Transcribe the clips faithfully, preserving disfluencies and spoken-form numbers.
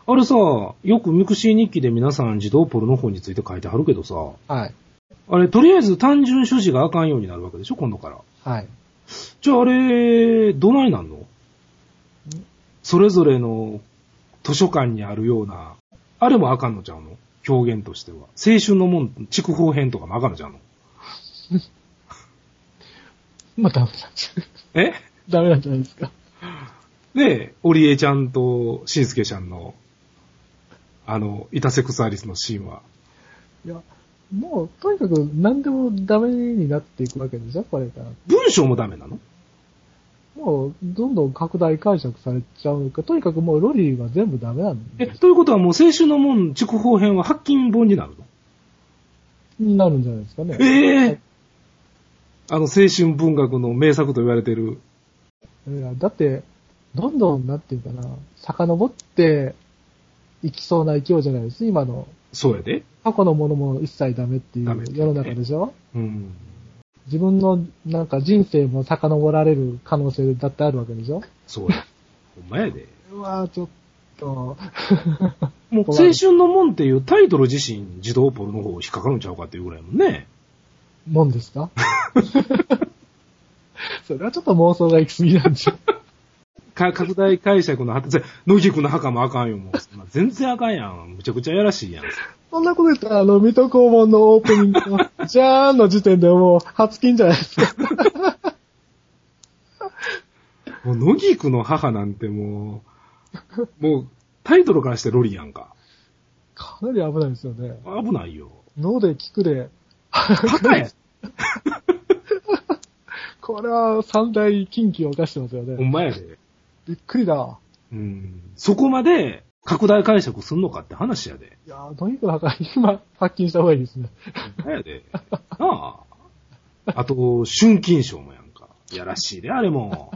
あれさ、よくミクシー日記で皆さん児童ポルノ法について書いてはるけどさ、 はい。 あれ、とりあえず単純所持があかんようになるわけでしょ、今度から。 はい。 じゃああれ、どないなんの？それぞれの図書館にあるような、あれもあかんのちゃうの？表現としては。青春の門、筑豊編とかもあかんのちゃうの？ まあ、ダメなんじゃえダメなんじゃないですか。 で、オリエちゃんとしんすけちゃんの、あの、イタセクサーリスのシーンは。 いや、もう、とにかく何でもダメになっていくわけでしょ、これから。 文章もダメなの？ もう、どんどん拡大解釈されちゃうか、とにかくもうロリーは全部ダメなんえ、 です。 ということはもう青春の門、筑豊編は発禁本になるの？ になるんじゃないですかね。 ええー、あの青春文学の名作と言われてる。 いやだって、どんどん、なんていうかな、遡っていきそうな勢いじゃないです、今の。 そうやで。 過去のものも一切ダメっていう世の中でしょ？ うん。 自分のなんか人生も遡られる可能性だってあるわけでしょ？ そうや。ほんまやで。 うわぁ、ちょっと。 もう青春の門っていうタイトル自身、児童ポルの方引っかかるんちゃうかっていうぐらいもんね。 もんですか？それはちょっと妄想が行き過ぎなんでしょ。 か拡大解釈の果て、野木くんの墓もあかんよ、もう。そんな全然あかんやん。むちゃくちゃやらしいやん。 そんなこと言ったら、あの、水戸黄門のオープニングの、じゃーんの時点でもう、初金じゃないですか。 もう野木くんの母なんてもう、もう、タイトルからしてロリやんか。 かなり危ないですよね。 危ないよ。 脳で聞くで。 墓や。 これは三大禁忌を犯してますよほね。 んまやで。 びっくりだ。 うん。そこまで拡大解釈すんのかって話やで。 いやー、とにかく今、発禁した方がいいですね。 ほんまやで。なあ。あと、春金賞もやんか。やらしいで、あれも。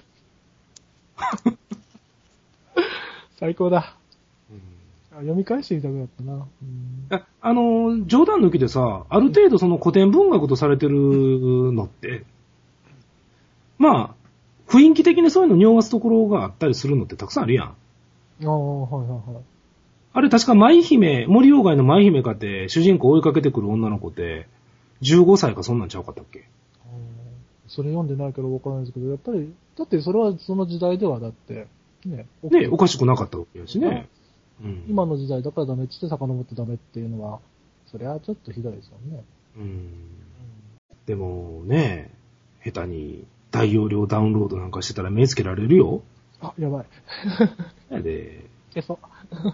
最高だ。 うん、 読み返してみたくなったな。うん、 あ, あの、冗談抜きでさ、ある程度その古典文学とされてるのって、まあ、雰囲気的にそういうの匂わすところがあったりするのってたくさんあるやん。 ああ、はいはいはい。 あれ確か舞姫、森鴎外の舞姫かって主人公追いかけてくる女の子って、じゅうごさいかそんなんちゃうかったっけ？ それ読んでないからわからないですけど、やっぱり、だってそれはその時代ではだって、ね、 ね、おかしくなかったわけやしね。 うん、今の時代だからダメって言って遡ってダメっていうのは、それはちょっとひどいですよね。 うん。うん、でもね、下手に大容量ダウンロードなんかしてたら目つけられるよ。 あ、やばい。 やで。 消そう。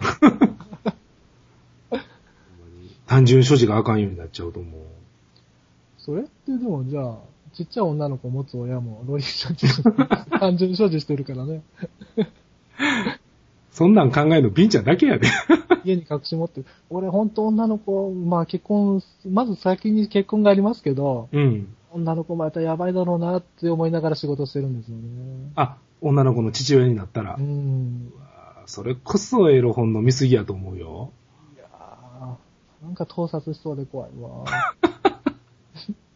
単純所持があかんようになっちゃうと思う。 それってでもじゃあ、ちっちゃい女の子を持つ親もロリーちゃんって単純所持してるからね。 そんなん考えるのビンちゃんだけやで。 家に隠し持ってる。俺ほんと女の子、まあ結婚、まず先に結婚がありますけど、 うん。 女の子またやばいだろうなって思いながら仕事してるんですよね。 あ、女の子の父親になったら。 うん。 うわそれこそエロ本の見過ぎやと思うよ。 いやー、なんか盗撮しそうで怖いわ。